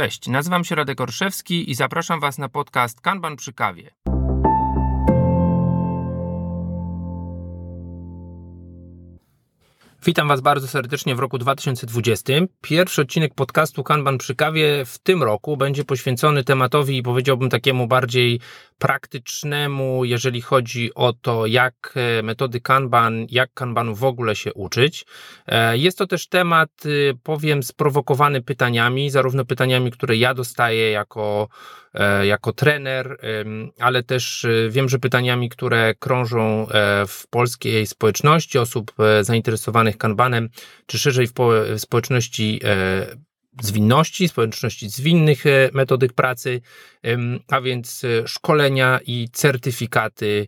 Cześć, nazywam się Radek Orszewski i zapraszam Was na podcast Kanban przy kawie. Witam Was bardzo serdecznie w roku 2020. Pierwszy odcinek podcastu Kanban przy kawie w tym roku będzie poświęcony tematowi, powiedziałbym, takiemu bardziej praktycznemu, jeżeli chodzi o to, jak metody Kanban, jak Kanbanu w ogóle się uczyć. Jest to też temat, powiem, sprowokowany pytaniami, zarówno pytaniami, które ja dostaję jako trener, ale też wiem, że pytaniami, które krążą w polskiej społeczności osób zainteresowanych Kanbanem, czy szerzej w społeczności zwinności, społeczności zwinnych metodyk pracy, a więc szkolenia i certyfikaty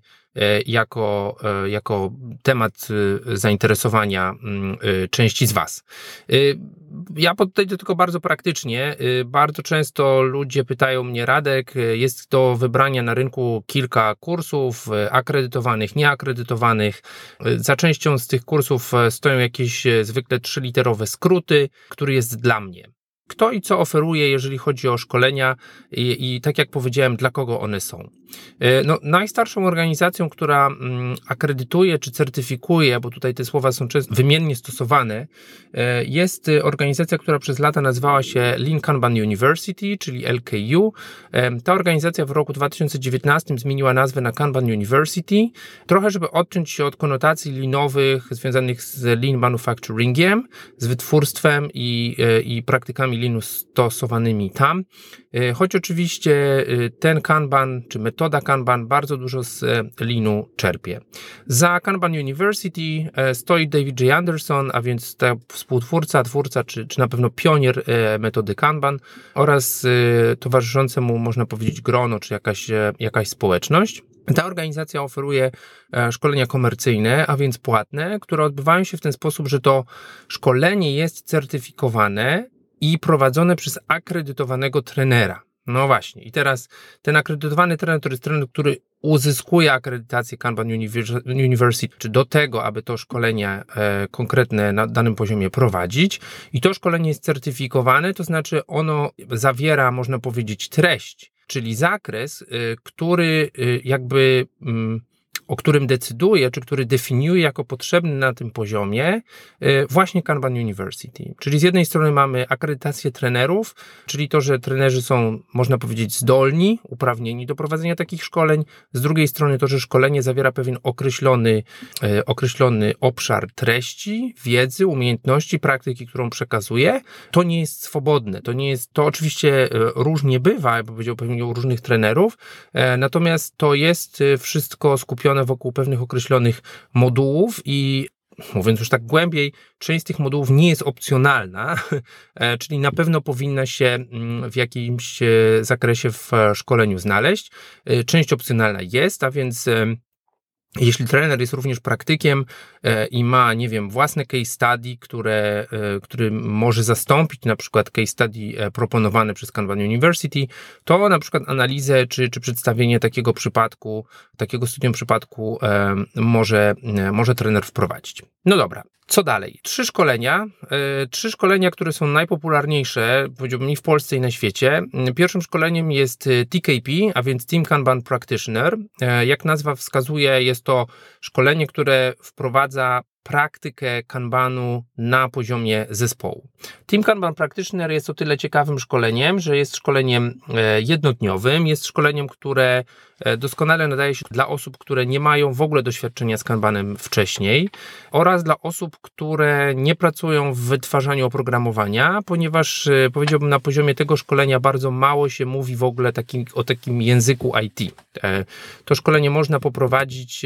jako temat zainteresowania części z Was. Ja podejdę tylko bardzo praktycznie. Bardzo często ludzie pytają mnie: Radek, jest do wybrania na rynku kilka kursów akredytowanych, nieakredytowanych. Za częścią z tych kursów stoją jakieś zwykle 3-literowe skróty, który jest dla mnie. Kto i co oferuje, jeżeli chodzi o szkolenia i tak jak powiedziałem, dla kogo one są. Najstarszą organizacją, która akredytuje czy certyfikuje, bo tutaj te słowa są często wymiennie stosowane, jest organizacja, która przez lata nazywała się Lean Kanban University, czyli LKU. Ta organizacja w roku 2019 zmieniła nazwę na Kanban University, trochę żeby odciąć się od konotacji leanowych związanych z lean manufacturingiem, z wytwórstwem i praktykami leanu stosowanymi tam. Choć oczywiście ten Kanban, czy metoda Kanban bardzo dużo z leanu czerpie. Za Kanban University stoi David J. Anderson, a więc twórca, czy na pewno pionier metody Kanban oraz towarzyszące mu, można powiedzieć, grono, czy jakaś społeczność. Ta organizacja oferuje szkolenia komercyjne, a więc płatne, które odbywają się w ten sposób, że to szkolenie jest certyfikowane i prowadzone przez akredytowanego trenera. No właśnie. I teraz ten akredytowany trener to jest trener, który uzyskuje akredytację Kanban University, czy do tego, aby to szkolenie konkretne na danym poziomie prowadzić. I to szkolenie jest certyfikowane, to znaczy ono zawiera, można powiedzieć, treść, czyli zakres, który o którym decyduje, czy który definiuje jako potrzebny na tym poziomie właśnie Kanban University. Czyli z jednej strony mamy akredytację trenerów, czyli to, że trenerzy są, można powiedzieć, zdolni, uprawnieni do prowadzenia takich szkoleń. Z drugiej strony to, że szkolenie zawiera pewien określony obszar treści, wiedzy, umiejętności, praktyki, którą przekazuje. To nie jest swobodne. To oczywiście różnie bywa, powiedziałbym, u różnych trenerów, natomiast to jest wszystko skupione wokół pewnych określonych modułów i mówiąc już tak głębiej, część z tych modułów nie jest opcjonalna, czyli na pewno powinna się w jakimś zakresie w szkoleniu znaleźć. Część opcjonalna jest, a więc jeśli trener jest również praktykiem i ma, własne case study, który może zastąpić na przykład case study proponowane przez Kanban University, to na przykład analizę czy przedstawienie takiego studium przypadku może trener wprowadzić. No dobra, co dalej? 3 szkolenia, które są najpopularniejsze, powiedziałbym, i w Polsce, i na świecie. Pierwszym szkoleniem jest TKP, a więc Team Kanban Practitioner. Jak nazwa wskazuje, jest to szkolenie, które wprowadza praktykę Kanbanu na poziomie zespołu. Team Kanban Practitioner jest o tyle ciekawym szkoleniem, że jest szkoleniem jednodniowym, jest szkoleniem, które doskonale nadaje się dla osób, które nie mają w ogóle doświadczenia z Kanbanem wcześniej oraz dla osób, które nie pracują w wytwarzaniu oprogramowania, ponieważ powiedziałbym, na poziomie tego szkolenia bardzo mało się mówi w ogóle o takim języku IT. To szkolenie można poprowadzić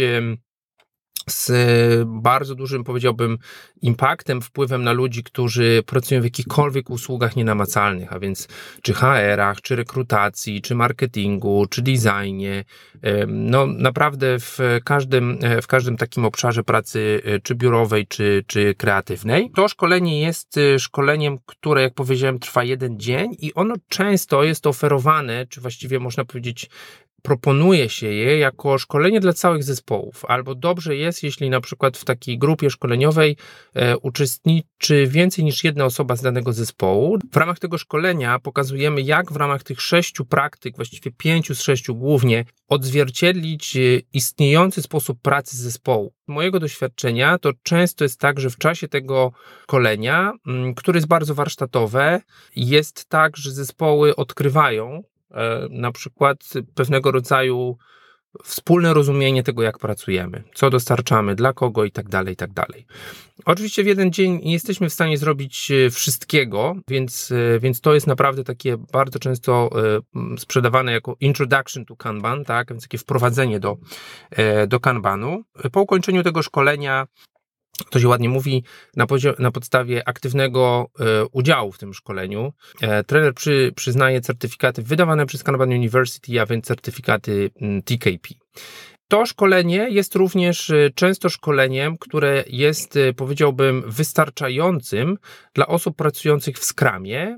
z bardzo dużym, powiedziałbym, impaktem, wpływem na ludzi, którzy pracują w jakichkolwiek usługach nienamacalnych, a więc czy HR-ach, czy rekrutacji, czy marketingu, czy designie. No naprawdę w każdym takim obszarze pracy, czy biurowej, czy kreatywnej. To szkolenie jest szkoleniem, które, jak powiedziałem, trwa 1 dzień i ono często jest oferowane, czy właściwie można powiedzieć proponuje się je jako szkolenie dla całych zespołów, albo dobrze jest, jeśli na przykład w takiej grupie szkoleniowej uczestniczy więcej niż jedna osoba z danego zespołu. W ramach tego szkolenia pokazujemy, jak w ramach tych 6 praktyk, właściwie 5 z 6 głównie, odzwierciedlić istniejący sposób pracy zespołu. Z mojego doświadczenia to często jest tak, że w czasie tego szkolenia, które jest bardzo warsztatowe, jest tak, że zespoły odkrywają na przykład pewnego rodzaju wspólne rozumienie tego, jak pracujemy, co dostarczamy, dla kogo i tak dalej, i tak dalej. Oczywiście w jeden dzień nie jesteśmy w stanie zrobić wszystkiego, więc to jest naprawdę takie bardzo często sprzedawane jako introduction to Kanban, tak? Więc takie wprowadzenie do Kanbanu. Po ukończeniu tego szkolenia, to się ładnie mówi, na podstawie aktywnego udziału w tym szkoleniu trener przyznaje certyfikaty wydawane przez Kanban University, a więc certyfikaty TKP. To szkolenie jest również często szkoleniem, które jest, powiedziałbym, wystarczającym dla osób pracujących w Scrumie.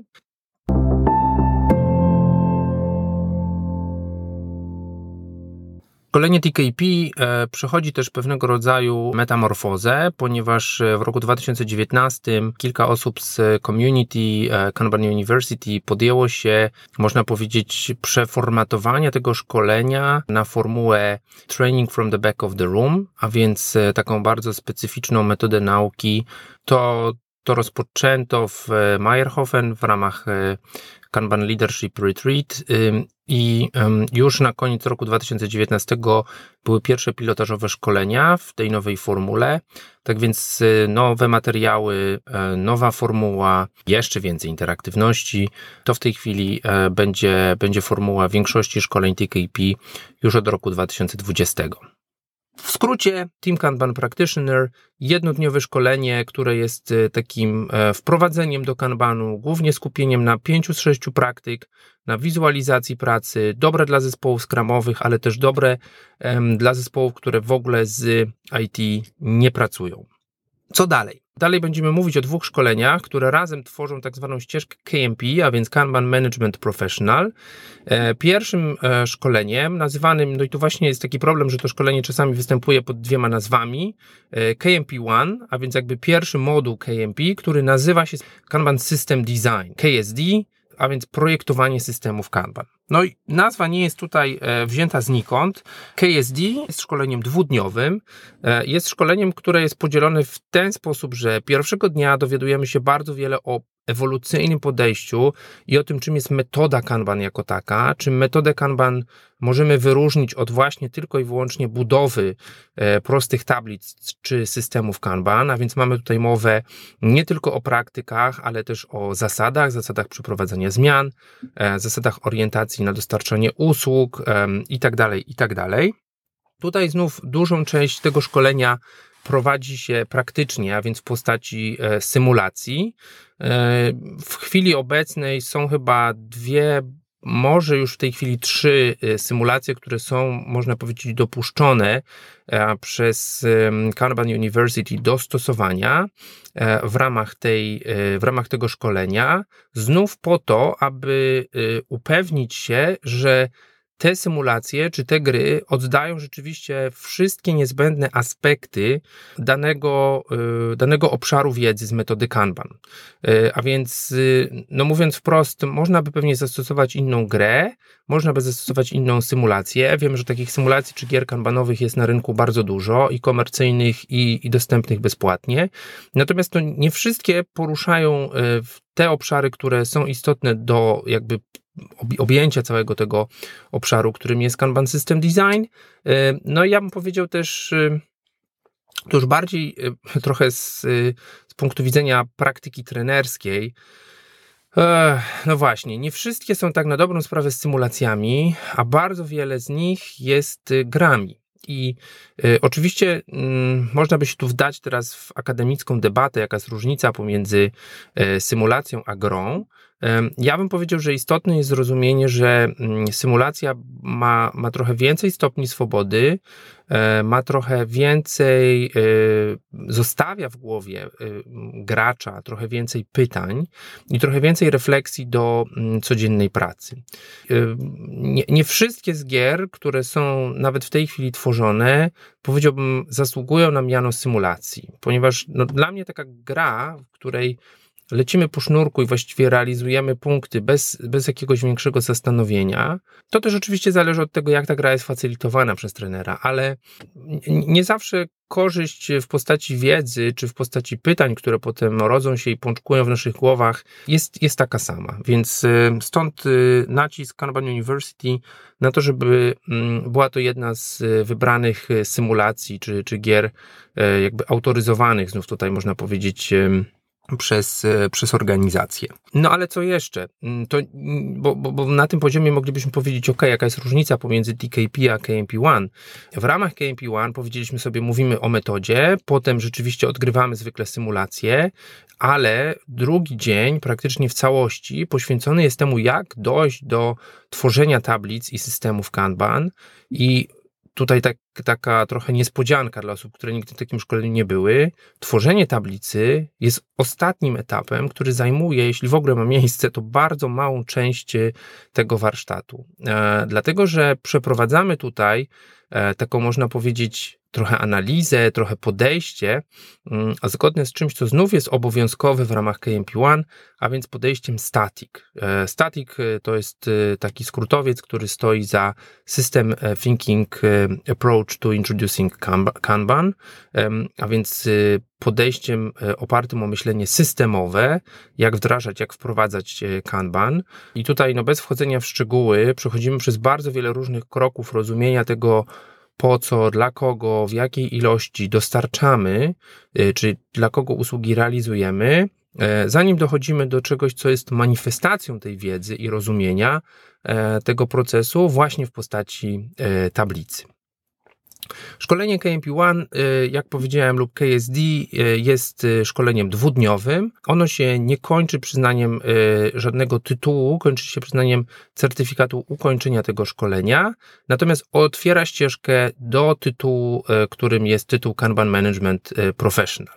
Szkolenie TKP przechodzi też pewnego rodzaju metamorfozę, ponieważ w roku 2019 kilka osób z community Kanban University podjęło się, można powiedzieć, przeformatowania tego szkolenia na formułę training from the back of the room, a więc taką bardzo specyficzną metodę nauki. To rozpoczęto w Meyerhofen w ramach Kanban Leadership Retreat i już na koniec roku 2019 były pierwsze pilotażowe szkolenia w tej nowej formule. Tak więc nowe materiały, nowa formuła, jeszcze więcej interaktywności. To w tej chwili będzie formuła większości szkoleń TKP już od roku 2020. W skrócie, Team Kanban Practitioner, jednodniowe szkolenie, które jest takim wprowadzeniem do Kanbanu, głównie skupieniem na 5 z 6 praktyk, na wizualizacji pracy, dobre dla zespołów scrumowych, ale też dobre dla zespołów, które w ogóle z IT nie pracują. Co dalej? Dalej będziemy mówić o 2 szkoleniach, które razem tworzą tak zwaną ścieżkę KMP, a więc Kanban Management Professional. Pierwszym szkoleniem nazywanym, no i tu właśnie jest taki problem, że to szkolenie czasami występuje pod 2 nazwami. KMP1, a więc jakby pierwszy moduł KMP, który nazywa się Kanban System Design, KSD, a więc projektowanie systemów Kanban. No i nazwa nie jest tutaj wzięta znikąd. KSD jest szkoleniem 2-dniowym. Jest szkoleniem, które jest podzielone w ten sposób, że pierwszego dnia dowiadujemy się bardzo wiele o ewolucyjnym podejściu i o tym, czym jest metoda Kanban jako taka, czym metodę Kanban możemy wyróżnić od właśnie tylko i wyłącznie budowy prostych tablic czy systemów Kanban, a więc mamy tutaj mowę nie tylko o praktykach, ale też o zasadach przeprowadzania zmian, zasadach orientacji na dostarczanie usług itd. Tutaj znów dużą część tego szkolenia prowadzi się praktycznie, a więc w postaci symulacji. W chwili obecnej są chyba 2, może już w tej chwili 3 symulacje, które są, można powiedzieć, dopuszczone przez Kanban University do stosowania w ramach tego szkolenia, znów po to, aby upewnić się, że te symulacje czy te gry oddają rzeczywiście wszystkie niezbędne aspekty danego obszaru wiedzy z metody Kanban. A więc, no mówiąc wprost, można by pewnie zastosować inną grę, można by zastosować inną symulację. Wiem, że takich symulacji czy gier kanbanowych jest na rynku bardzo dużo i komercyjnych i dostępnych bezpłatnie. Natomiast to nie wszystkie poruszają te obszary, które są istotne do jakby objęcia całego tego obszaru, którym jest Kanban System Design. No i ja bym powiedział też, to już bardziej trochę z punktu widzenia praktyki trenerskiej, no właśnie, nie wszystkie są tak na dobrą sprawę z symulacjami, a bardzo wiele z nich jest grami. I oczywiście można by się tu wdać teraz w akademicką debatę, jaka jest różnica pomiędzy symulacją a grą. Ja bym powiedział, że istotne jest zrozumienie, że symulacja ma trochę więcej stopni swobody, ma trochę więcej, zostawia w głowie gracza trochę więcej pytań i trochę więcej refleksji do codziennej pracy. Nie wszystkie z gier, które są nawet w tej chwili tworzone, powiedziałbym, zasługują na miano symulacji, ponieważ dla mnie taka gra, w której lecimy po sznurku i właściwie realizujemy punkty bez jakiegoś większego zastanowienia. To też oczywiście zależy od tego, jak ta gra jest facylitowana przez trenera, ale nie zawsze korzyść w postaci wiedzy, czy w postaci pytań, które potem rodzą się i pączkują w naszych głowach, jest taka sama. Więc stąd nacisk Kanban University na to, żeby była to jedna z wybranych symulacji, czy gier jakby autoryzowanych, znów tutaj można powiedzieć, przez organizację. No ale co jeszcze? Bo na tym poziomie moglibyśmy powiedzieć, jaka jest różnica pomiędzy TKP a KMP1. W ramach KMP1 powiedzieliśmy sobie, mówimy o metodzie, potem rzeczywiście odgrywamy zwykle symulację, ale drugi dzień praktycznie w całości poświęcony jest temu, jak dojść do tworzenia tablic i systemów Kanban i tutaj taka trochę niespodzianka dla osób, które nigdy w takim szkoleniu nie były. Tworzenie tablicy jest ostatnim etapem, który zajmuje, jeśli w ogóle ma miejsce, to bardzo małą część tego warsztatu. Dlatego, że przeprowadzamy tutaj taką, można powiedzieć, trochę analizę, trochę podejście, a zgodne z czymś, co znów jest obowiązkowe w ramach KMP1, a więc podejściem static. Static to jest taki skrótowiec, który stoi za System Thinking Approach to Introducing Kanban, a więc podejściem opartym o myślenie systemowe, jak wdrażać, jak wprowadzać Kanban. I tutaj bez wchodzenia w szczegóły przechodzimy przez bardzo wiele różnych kroków rozumienia tego, po co, dla kogo, w jakiej ilości dostarczamy, czy dla kogo usługi realizujemy, zanim dochodzimy do czegoś, co jest manifestacją tej wiedzy i rozumienia tego procesu właśnie w postaci tablicy. Szkolenie KMP1, jak powiedziałem, lub KSD jest szkoleniem dwudniowym. Ono się nie kończy przyznaniem żadnego tytułu, kończy się przyznaniem certyfikatu ukończenia tego szkolenia, natomiast otwiera ścieżkę do tytułu, którym jest tytuł Kanban Management Professional.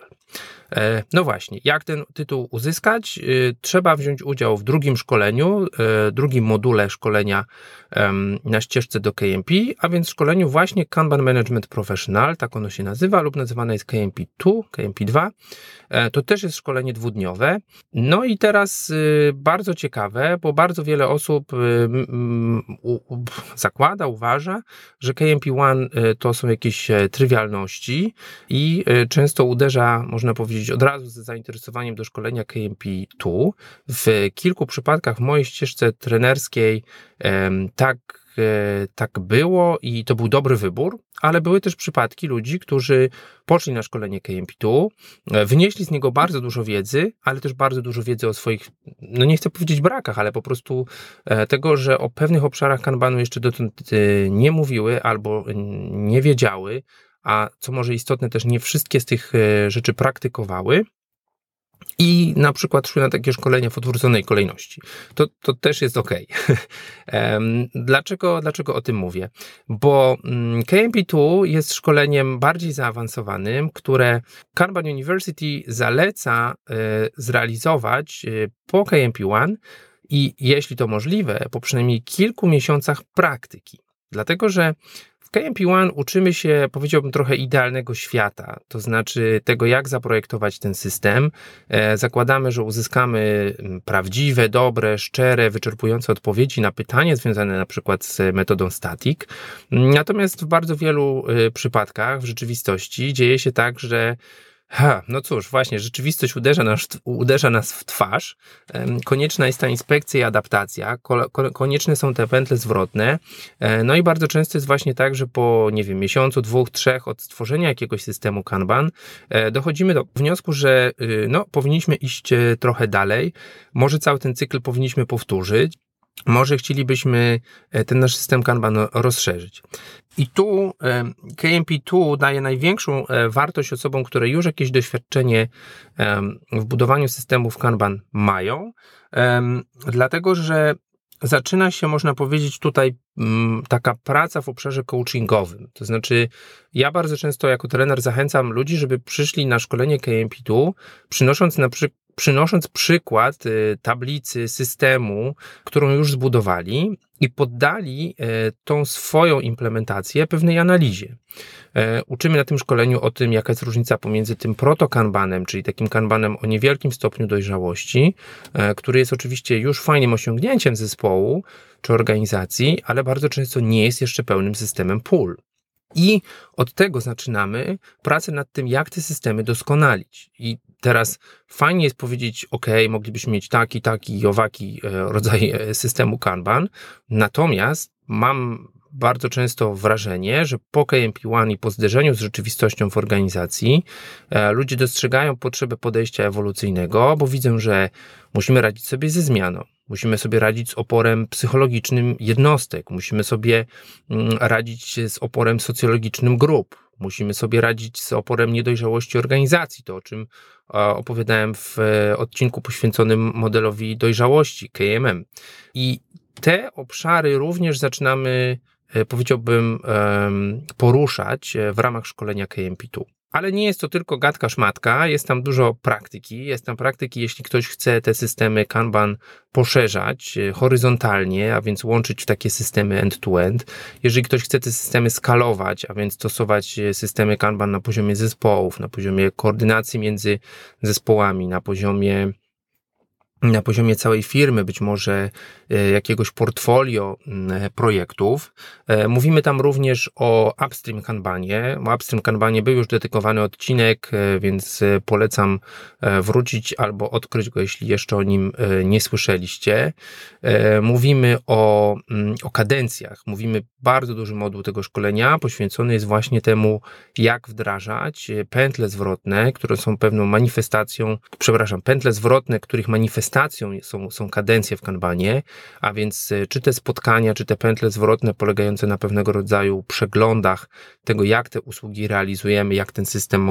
No właśnie, jak ten tytuł uzyskać? Trzeba wziąć udział w drugim szkoleniu, drugim module szkolenia na ścieżce do KMP, a więc szkoleniu właśnie Kanban Management Professional, tak ono się nazywa, lub nazywane jest KMP2, KMP2. To też jest szkolenie dwudniowe. No i teraz bardzo ciekawe, bo bardzo wiele osób zakłada, uważa, że KMP1 to są jakieś trywialności i często uderza, można powiedzieć, od razu z zainteresowaniem do szkolenia KMP2. W kilku przypadkach w mojej ścieżce trenerskiej tak było i to był dobry wybór, ale były też przypadki ludzi, którzy poszli na szkolenie KMP2, wynieśli z niego bardzo dużo wiedzy, ale też bardzo dużo wiedzy o swoich, nie chcę powiedzieć brakach, ale po prostu tego, że o pewnych obszarach Kanbanu jeszcze dotąd nie mówiły albo nie wiedziały, a co może istotne, też nie wszystkie z tych rzeczy praktykowały. I na przykład szły na takie szkolenia w odwróconej kolejności. To też jest ok. Dlaczego o tym mówię? Bo KMP2 jest szkoleniem bardziej zaawansowanym, które Kanban University zaleca zrealizować po KMP1 i jeśli to możliwe, po przynajmniej kilku miesiącach praktyki. Dlatego, że w KMP1 uczymy się, powiedziałbym, trochę idealnego świata, to znaczy tego, jak zaprojektować ten system. Zakładamy, że uzyskamy prawdziwe, dobre, szczere, wyczerpujące odpowiedzi na pytania związane na przykład z metodą static. Natomiast w bardzo wielu przypadkach w rzeczywistości dzieje się tak, że no cóż, właśnie, rzeczywistość uderza nas w twarz. Konieczna jest ta inspekcja i adaptacja, konieczne są te pętle zwrotne. No i bardzo często jest właśnie tak, że po, miesiącu, 2, 3 od stworzenia jakiegoś systemu Kanban dochodzimy do wniosku, że powinniśmy iść trochę dalej. Może cały ten cykl powinniśmy powtórzyć. może chcielibyśmy ten nasz system Kanban rozszerzyć. I tu KMP2 daje największą wartość osobom, które już jakieś doświadczenie w budowaniu systemów Kanban mają, dlatego że zaczyna się, można powiedzieć, tutaj taka praca w obszarze coachingowym. To znaczy, ja bardzo często jako trener zachęcam ludzi, żeby przyszli na szkolenie KMP2, przynosząc przykład tablicy, systemu, którą już zbudowali i poddali tą swoją implementację pewnej analizie. Uczymy na tym szkoleniu o tym, jaka jest różnica pomiędzy tym proto-kanbanem, czyli takim kanbanem o niewielkim stopniu dojrzałości, który jest oczywiście już fajnym osiągnięciem zespołu czy organizacji, ale bardzo często nie jest jeszcze pełnym systemem pól. I od tego zaczynamy pracę nad tym, jak te systemy doskonalić. I teraz fajnie jest powiedzieć, moglibyśmy mieć taki i owaki rodzaj systemu Kanban, natomiast mam bardzo często wrażenie, że po KMP1 i po zderzeniu z rzeczywistością w organizacji ludzie dostrzegają potrzebę podejścia ewolucyjnego, bo widzą, że musimy radzić sobie ze zmianą. Musimy sobie radzić z oporem psychologicznym jednostek. Musimy sobie radzić z oporem socjologicznym grup. Musimy sobie radzić z oporem niedojrzałości organizacji. To, o czym opowiadałem w odcinku poświęconym modelowi dojrzałości, KMM. I te obszary również zaczynamy, powiedziałbym, poruszać w ramach szkolenia KMP2. Ale nie jest to tylko gadka-szmatka, jest tam dużo praktyki. Jest tam praktyki, jeśli ktoś chce te systemy Kanban poszerzać horyzontalnie, a więc łączyć w takie systemy end-to-end. Jeżeli ktoś chce te systemy skalować, a więc stosować systemy Kanban na poziomie zespołów, na poziomie koordynacji między zespołami, na poziomie całej firmy, być może jakiegoś portfolio projektów. Mówimy tam również o Upstream Kanbanie. O Upstream Kanbanie był już dedykowany odcinek, więc polecam wrócić albo odkryć go, jeśli jeszcze o nim nie słyszeliście. Mówimy o kadencjach. Mówimy, bardzo duży moduł tego szkolenia poświęcony jest właśnie temu, jak wdrażać pętle zwrotne, które są pewną manifestacją, pętle zwrotne, których manifestacją są kadencje w Kanbanie, a więc czy te spotkania, czy te pętle zwrotne polegające na pewnego rodzaju przeglądach tego, jak te usługi realizujemy, jak ten system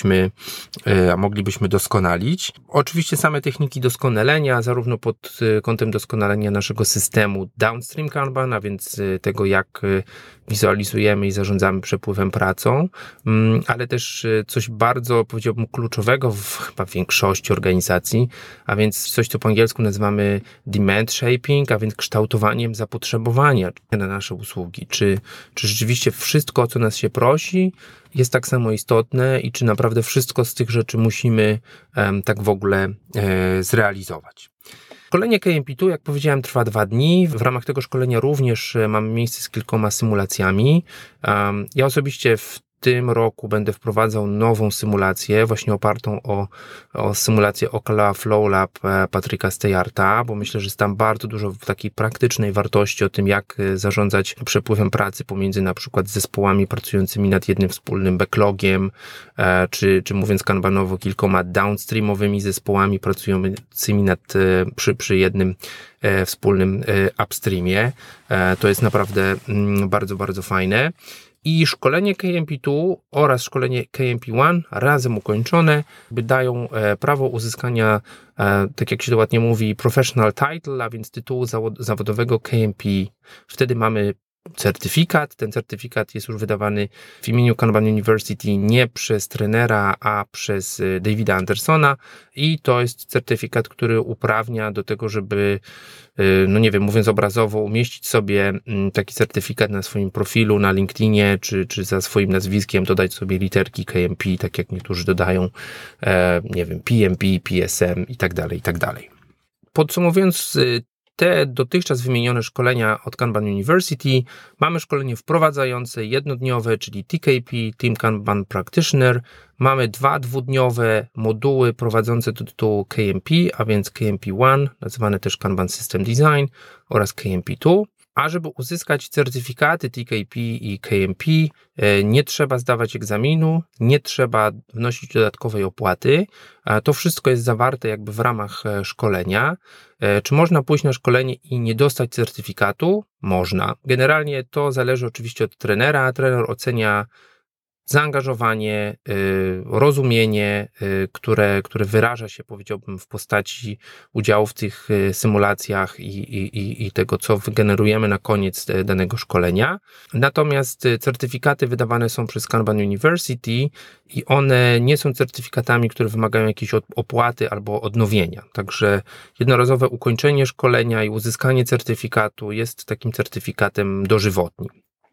moglibyśmy doskonalić. Oczywiście same techniki doskonalenia, zarówno pod kątem doskonalenia naszego systemu downstream Kanban, a więc tego, jak wizualizujemy i zarządzamy przepływem pracą, ale też coś bardzo, powiedziałbym, kluczowego chyba w większości organizacji, a więc coś, co po angielsku nazywamy demand shaping, a więc kształtowaniem zapotrzebowania na nasze usługi. Czy rzeczywiście wszystko, o co nas się prosi, jest tak samo istotne i czy naprawdę wszystko z tych rzeczy musimy tak w ogóle zrealizować. Szkolenie KMP2, jak powiedziałem, trwa 2 dni. W ramach tego szkolenia również mamy miejsce z kilkoma symulacjami. Ja osobiście w tym roku będę wprowadzał nową symulację, właśnie opartą o symulację Ocala Flow Lab Patryka Stejarta, bo myślę, że jest tam bardzo dużo takiej praktycznej wartości o tym, jak zarządzać przepływem pracy pomiędzy na przykład zespołami pracującymi nad jednym wspólnym backlogiem, czy mówiąc kanbanowo, kilkoma downstreamowymi zespołami pracującymi przy jednym wspólnym upstreamie. To jest naprawdę bardzo, bardzo fajne. I szkolenie KMP2 oraz szkolenie KMP1 razem ukończone dają prawo uzyskania, tak jak się to ładnie mówi, professional title, a więc tytułu zawodowego KMP. Wtedy mamy certyfikat. Ten certyfikat jest już wydawany w imieniu Kanban University nie przez trenera, a przez Davida Andersona i to jest certyfikat, który uprawnia do tego, żeby, mówiąc obrazowo, umieścić sobie taki certyfikat na swoim profilu na LinkedInie, czy za swoim nazwiskiem dodać sobie literki KMP, tak jak niektórzy dodają, PMP, PSM i tak dalej, i tak dalej. Podsumowując, te dotychczas wymienione szkolenia od Kanban University, mamy szkolenie wprowadzające jednodniowe, czyli TKP, Team Kanban Practitioner. Mamy 2 dwudniowe moduły prowadzące do tytułu KMP, a więc KMP1, nazywane też Kanban System Design oraz KMP2. A żeby uzyskać certyfikaty TKP i KMP, nie trzeba zdawać egzaminu, nie trzeba wnosić dodatkowej opłaty. To wszystko jest zawarte jakby w ramach szkolenia. Czy można pójść na szkolenie i nie dostać certyfikatu? Można. Generalnie to zależy oczywiście od trenera. Trener ocenia zaangażowanie, rozumienie, które wyraża się, powiedziałbym, w postaci udziału w tych symulacjach i tego, co wygenerujemy na koniec danego szkolenia. Natomiast certyfikaty wydawane są przez Kanban University i one nie są certyfikatami, które wymagają jakiejś opłaty albo odnowienia. Także jednorazowe ukończenie szkolenia i uzyskanie certyfikatu jest takim certyfikatem dożywotnim.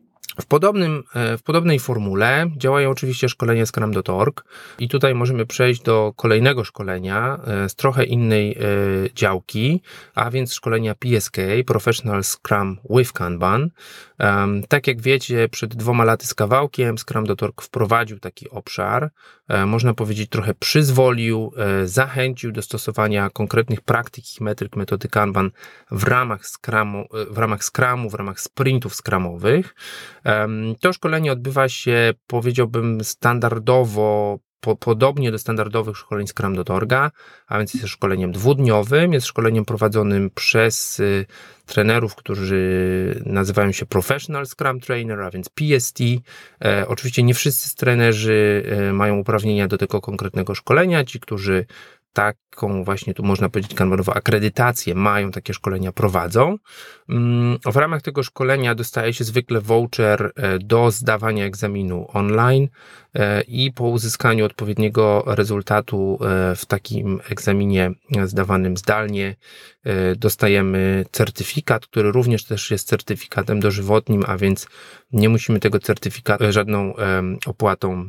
W podobnej formule działają oczywiście szkolenia Scrum.org i tutaj możemy przejść do kolejnego szkolenia z trochę innej działki, a więc szkolenia PSK, Professional Scrum with Kanban. Tak jak wiecie, przed 2 laty z kawałkiem Scrum.org wprowadził taki obszar, można powiedzieć trochę przyzwolił, zachęcił do stosowania konkretnych praktyk i metryk metody Kanban w ramach Scrumu, w ramach sprintów scrumowych. To szkolenie odbywa się, powiedziałbym, standardowo, podobnie do standardowych szkoleń Scrum.orga, a więc jest szkoleniem 2-dniowym, jest szkoleniem prowadzonym przez trenerów, którzy nazywają się Professional Scrum Trainer, a więc PST. Oczywiście nie wszyscy trenerzy mają uprawnienia do tego konkretnego szkolenia. Ci, którzy taką właśnie, tu można powiedzieć, kanbanową akredytację mają, takie szkolenia prowadzą. W ramach tego szkolenia dostaje się zwykle voucher do zdawania egzaminu online i po uzyskaniu odpowiedniego rezultatu w takim egzaminie zdawanym zdalnie dostajemy certyfikat, który również też jest certyfikatem dożywotnim, a więc nie musimy tego certyfikatu żadną opłatą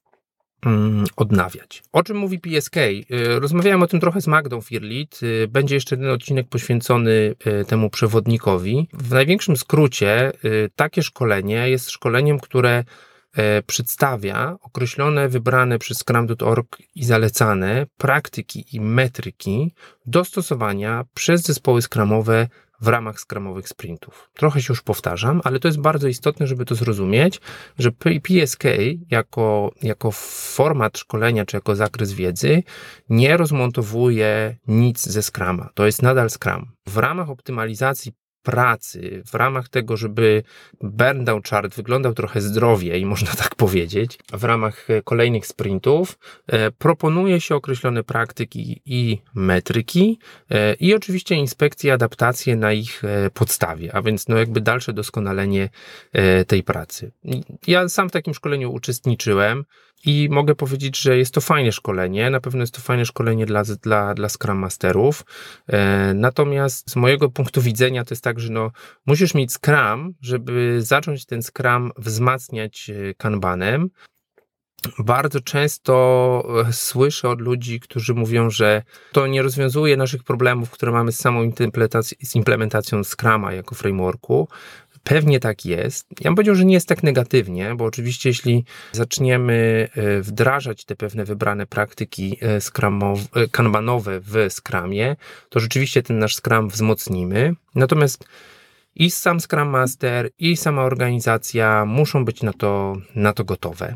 odnawiać. O czym mówi PSK? Rozmawiałem o tym trochę z Magdą Firlit. Będzie jeszcze jeden odcinek poświęcony temu przewodnikowi. W największym skrócie takie szkolenie jest szkoleniem, które przedstawia określone, wybrane przez Scrum.org i zalecane praktyki i metryki do stosowania przez zespoły scrumowe w ramach scrumowych sprintów. Trochę się już powtarzam, ale to jest bardzo istotne, żeby to zrozumieć, że PSK jako format szkolenia czy jako zakres wiedzy nie rozmontowuje nic ze Scruma. To jest nadal Scrum. W ramach optymalizacji pracy, w ramach tego, żeby burn down chart wyglądał trochę zdrowiej, można tak powiedzieć, w ramach kolejnych sprintów proponuje się określone praktyki i metryki i oczywiście inspekcje, adaptacje na ich podstawie, a więc jakby dalsze doskonalenie tej pracy. Ja sam w takim szkoleniu uczestniczyłem i mogę powiedzieć, że jest to fajne szkolenie, na pewno jest to fajne szkolenie dla Scrum Masterów, natomiast z mojego punktu widzenia to jest tak, że musisz mieć Scrum, żeby zacząć ten Scrum wzmacniać Kanbanem. Bardzo często słyszę od ludzi, którzy mówią, że to nie rozwiązuje naszych problemów, które mamy z samą implementacją Scruma jako frameworku. Pewnie tak jest. Ja bym powiedział, że nie jest tak negatywnie, bo oczywiście jeśli zaczniemy wdrażać te pewne wybrane praktyki kanbanowe w Scrumie, to rzeczywiście ten nasz Scrum wzmocnimy. Natomiast i sam Scrum Master, i sama organizacja muszą być na to gotowe.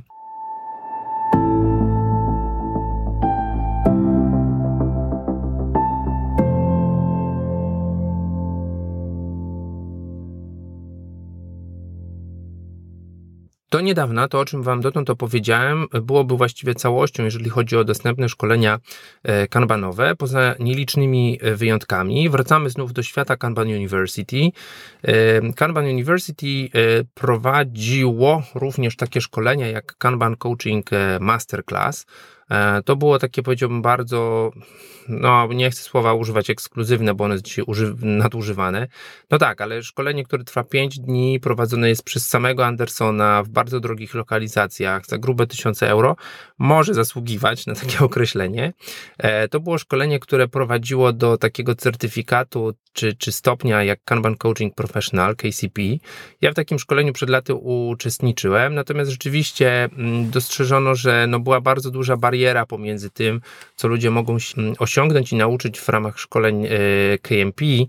Do niedawna to, o czym Wam dotąd opowiedziałem, byłoby właściwie całością, jeżeli chodzi o dostępne szkolenia kanbanowe, poza nielicznymi wyjątkami. Wracamy znów do świata Kanban University. Kanban University prowadziło również takie szkolenia jak Kanban Coaching Masterclass. To było takie, powiedziałbym, bardzo, nie chcę słowa używać ekskluzywne, bo one jest dzisiaj nadużywane. Tak, ale szkolenie, które trwa 5 dni, prowadzone jest przez samego Andersona w bardzo drogich lokalizacjach za grube 1000 euro, może zasługiwać na takie określenie. To było szkolenie, które prowadziło do takiego certyfikatu czy stopnia jak Kanban Coaching Professional, KCP. Ja w takim szkoleniu przed laty uczestniczyłem, natomiast rzeczywiście dostrzeżono, że była bardzo duża bariera pomiędzy tym, co ludzie mogą osiągnąć i nauczyć w ramach szkoleń KMP,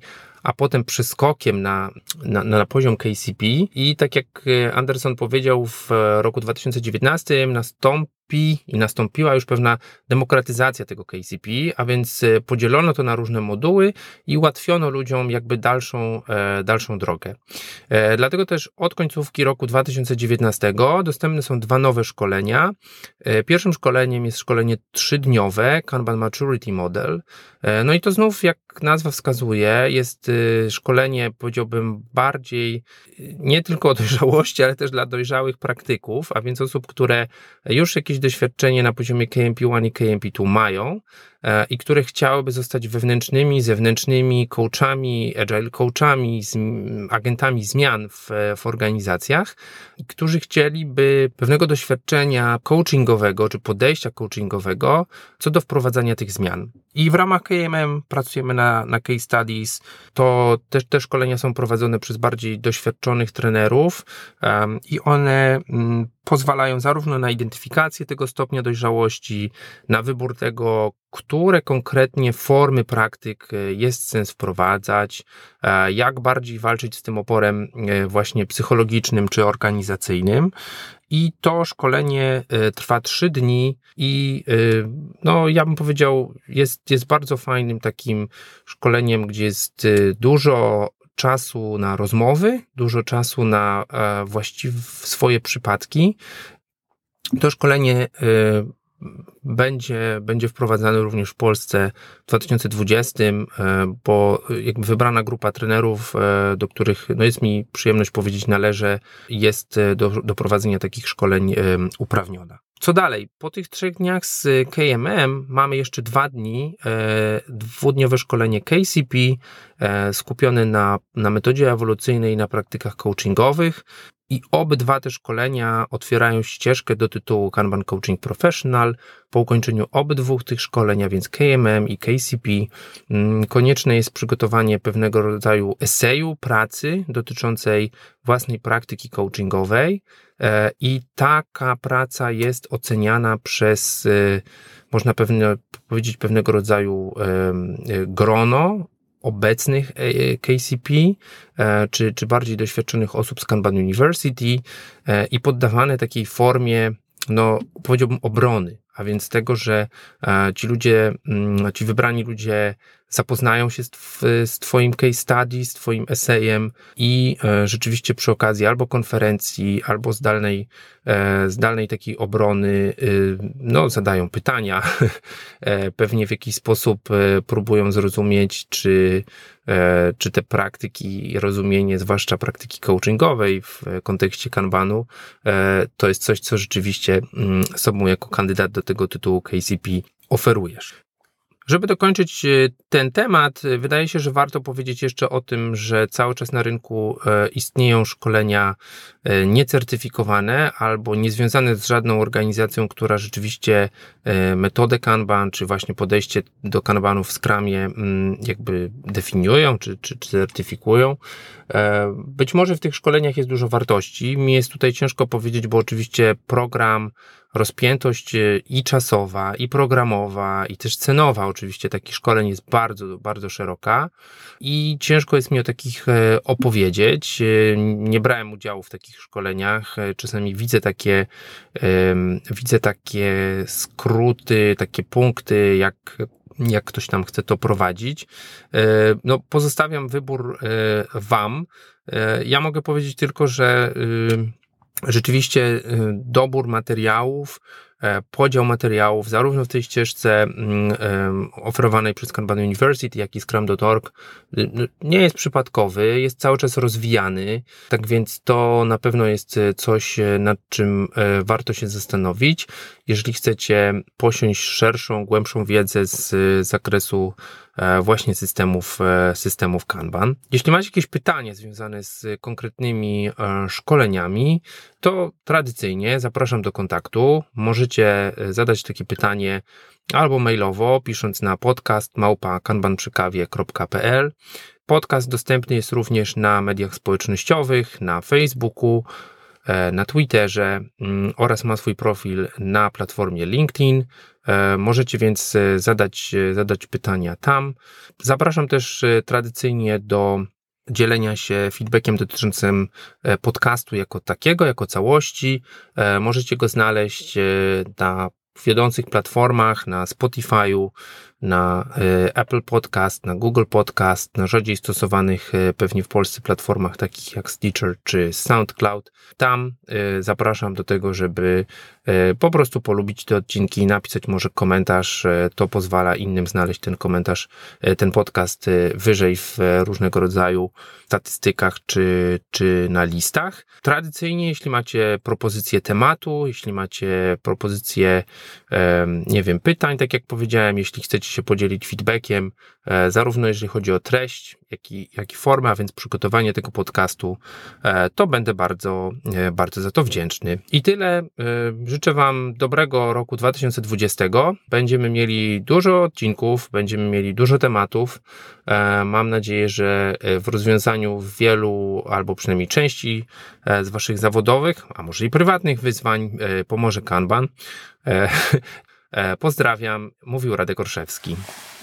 a potem przeskokiem na poziom KCP. I tak jak Anderson powiedział, w roku 2019 nastąpiła już pewna demokratyzacja tego KCP, a więc podzielono to na różne moduły i ułatwiono ludziom jakby dalszą drogę. Dlatego też od końcówki roku 2019 dostępne są 2 nowe szkolenia. Pierwszym szkoleniem jest szkolenie 3-dniowe Kanban Maturity Model. No i to znów, jak nazwa wskazuje, jest szkolenie, powiedziałbym, bardziej nie tylko o dojrzałości, ale też dla dojrzałych praktyków, a więc osób, które już jakieś doświadczenie na poziomie KMP1 i KMP2 mają i które chciałyby zostać wewnętrznymi, zewnętrznymi coachami, agile coachami, agentami zmian w organizacjach, którzy chcieliby pewnego doświadczenia coachingowego czy podejścia coachingowego co do wprowadzania tych zmian. I w ramach KMM pracujemy na case studies. To też te szkolenia są prowadzone przez bardziej doświadczonych trenerów i one pozwalają zarówno na identyfikację tego stopnia dojrzałości, na wybór tego, które konkretnie formy praktyk jest sens wprowadzać, jak bardziej walczyć z tym oporem właśnie psychologicznym czy organizacyjnym. I to szkolenie trwa 3 dni i no ja bym powiedział, jest bardzo fajnym takim szkoleniem, gdzie jest dużo czasu na rozmowy, dużo czasu na właściwie swoje przypadki. To szkolenie będzie wprowadzane również w Polsce w 2020, bo jakby wybrana grupa trenerów, do których jest mi przyjemność powiedzieć należy, jest do prowadzenia takich szkoleń uprawniona. Co dalej? Po tych 3 dniach z KMM mamy jeszcze 2 dni, 2-dniowe szkolenie KCP skupione na metodzie ewolucyjnej i na praktykach coachingowych. I obydwa te szkolenia otwierają ścieżkę do tytułu Kanban Coaching Professional. Po ukończeniu obydwu tych szkoleń, a więc KMM i KCP, konieczne jest przygotowanie pewnego rodzaju eseju, pracy dotyczącej własnej praktyki coachingowej i taka praca jest oceniana przez, można powiedzieć, pewnego rodzaju grono obecnych KCP, czy bardziej doświadczonych osób z Kanban University i poddawane takiej formie, powiedziałbym, obrony, a więc tego, że ci wybrani ludzie zapoznają się z twoim case study, z twoim esejem i rzeczywiście przy okazji albo konferencji, albo zdalnej takiej obrony, zadają pytania, pewnie w jakiś sposób próbują zrozumieć, czy te praktyki i rozumienie, zwłaszcza praktyki coachingowej w kontekście Kanbanu, to jest coś, co rzeczywiście sobą jako kandydat do tego tytułu KCP oferujesz. Żeby dokończyć ten temat, wydaje się, że warto powiedzieć jeszcze o tym, że cały czas na rynku istnieją szkolenia niecertyfikowane albo niezwiązane z żadną organizacją, która rzeczywiście metodę Kanban, czy właśnie podejście do Kanbanu w Scrumie jakby definiują, czy certyfikują. Być może w tych szkoleniach jest dużo wartości. Mi jest tutaj ciężko powiedzieć, bo oczywiście program, rozpiętość i czasowa, i programowa, i też cenowa oczywiście takich szkoleń jest bardzo, bardzo szeroka i ciężko jest mi o takich opowiedzieć. Nie brałem udziału w takich szkoleniach. Czasami widzę takie skróty, takie punkty, jak ktoś tam chce to prowadzić. Pozostawiam wybór wam. Ja mogę powiedzieć tylko, że rzeczywiście dobór materiałów, podział materiałów zarówno w tej ścieżce oferowanej przez Kanban University, jak i Scrum.org nie jest przypadkowy, jest cały czas rozwijany, tak więc to na pewno jest coś, nad czym warto się zastanowić, jeżeli chcecie posiąść szerszą, głębszą wiedzę z zakresu właśnie systemów Kanban. Jeśli macie jakieś pytania związane z konkretnymi szkoleniami, to tradycyjnie zapraszam do kontaktu. Możecie zadać takie pytanie albo mailowo, pisząc na podcast@kanbanprzykawie.pl. Podcast dostępny jest również na mediach społecznościowych, na Facebooku, na Twitterze oraz ma swój profil na platformie LinkedIn. Możecie więc zadać pytania tam. Zapraszam też tradycyjnie do dzielenia się feedbackiem dotyczącym podcastu jako takiego, jako całości. Możecie go znaleźć na wiodących platformach, na Spotify'u, na Apple Podcast, na Google Podcast, na rzadziej stosowanych pewnie w Polsce platformach takich jak Stitcher czy SoundCloud. Tam zapraszam do tego, żeby po prostu polubić te odcinki i napisać może komentarz. To pozwala innym znaleźć ten komentarz, ten podcast wyżej w różnego rodzaju statystykach czy na listach. Tradycyjnie, jeśli macie propozycję tematu, jeśli macie propozycję, nie wiem, pytań, tak jak powiedziałem, jeśli chcecie się podzielić feedbackiem, zarówno jeżeli chodzi o treść, jak i formę, a więc przygotowanie tego podcastu, to będę bardzo za to wdzięczny. I tyle. Życzę Wam dobrego roku 2020. Będziemy mieli dużo odcinków, będziemy mieli dużo tematów. Mam nadzieję, że w rozwiązaniu wielu, albo przynajmniej części z Waszych zawodowych, a może i prywatnych wyzwań pomoże Kanban. Pozdrawiam, mówił Radek Orszewski.